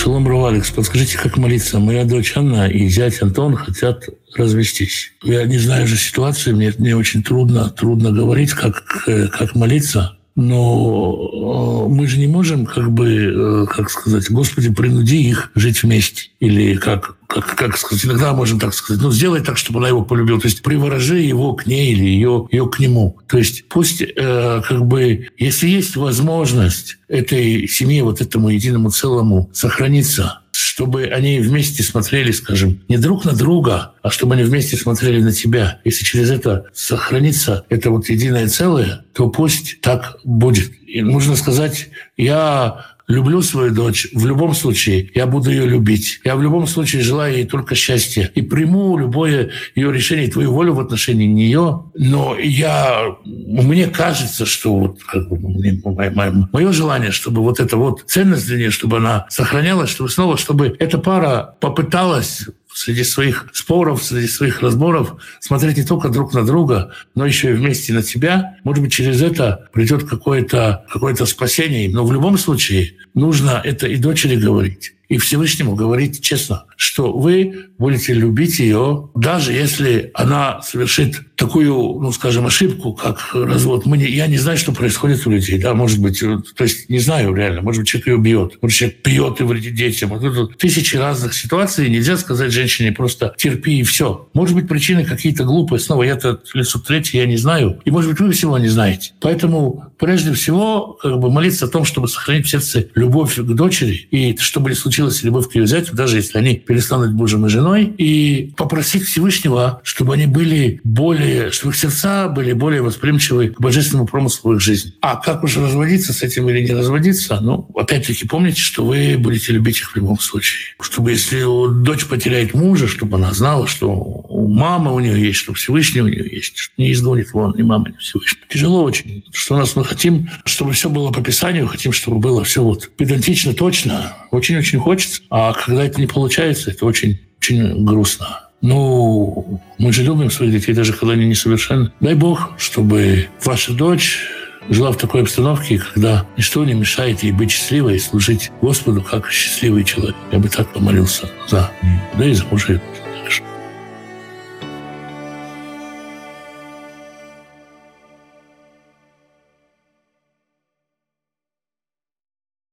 Шалом, Рав Алекс, подскажите, как молиться? Моя дочь Анна и зять Антон хотят развестись. Я не знаю же ситуации, мне очень трудно говорить, как молиться. Но мы же не можем, как сказать, Господи, принуди их жить вместе. Или как сказать, иногда можем так сказать, сделай так, чтобы она его полюбила. То есть приворожи его к ней или ее к нему. То есть пусть, если есть возможность этой семье, вот этому единому целому сохраниться, чтобы они вместе смотрели, скажем, не друг на друга, а чтобы они вместе смотрели на тебя. Если через это сохранится это вот единое целое, то пусть так будет. И нужно сказать, я люблю свою дочь, в любом случае я буду ее любить. Я в любом случае желаю ей только счастья. И приму любое ее решение, твою волю в отношении нее. Но мне кажется, что мое желание, чтобы вот эта вот ценность для нее, чтобы она сохранялась, чтобы эта пара попыталась среди своих споров, среди своих разборов смотреть не только друг на друга, но еще и вместе на тебя. Может быть, через это придет какое-то спасение. Но в любом случае нужно это и дочери говорить, и Всевышнему говорить честно, что вы будете любить ее, даже если она совершит такую, ошибку, как развод. Я не знаю, что происходит у людей, да, может быть, то есть не знаю реально, может быть, человек ее бьет, может, человек пьет и вредит детям. Вот тысячи разных ситуаций, нельзя сказать женщине просто терпи и все. Может быть, причины какие-то глупые, снова я-то лицо третье, я не знаю, и, может быть, вы всего не знаете. Поэтому, прежде всего, молиться о том, чтобы сохранить в сердце любовь к дочери, и чтобы не случилась любовь к ее зятю, даже если они перестанут мужем и женой, и попросить Всевышнего, чтобы их сердца были более восприимчивы к божественному промыслу в их жизни. А как уж разводиться с этим или не разводиться, опять-таки помните, что вы будете любить их в любом случае. Чтобы если дочь потеряет мужа, чтобы она знала, что мама у нее есть, что Всевышний у нее есть, что не изгонит вон ни мама, ни Всевышний. Тяжело очень. Что мы хотим, чтобы все было по Писанию, хотим, чтобы было все педантично, точно. Очень-очень хочется. А когда это не получается, это очень, очень грустно. Мы же любим своих детей, даже когда они несовершенны. Дай Бог, чтобы ваша дочь жила в такой обстановке, когда ничто не мешает ей быть счастливой и служить Господу как счастливый человек. Я бы так помолился за нее, да и за мужа.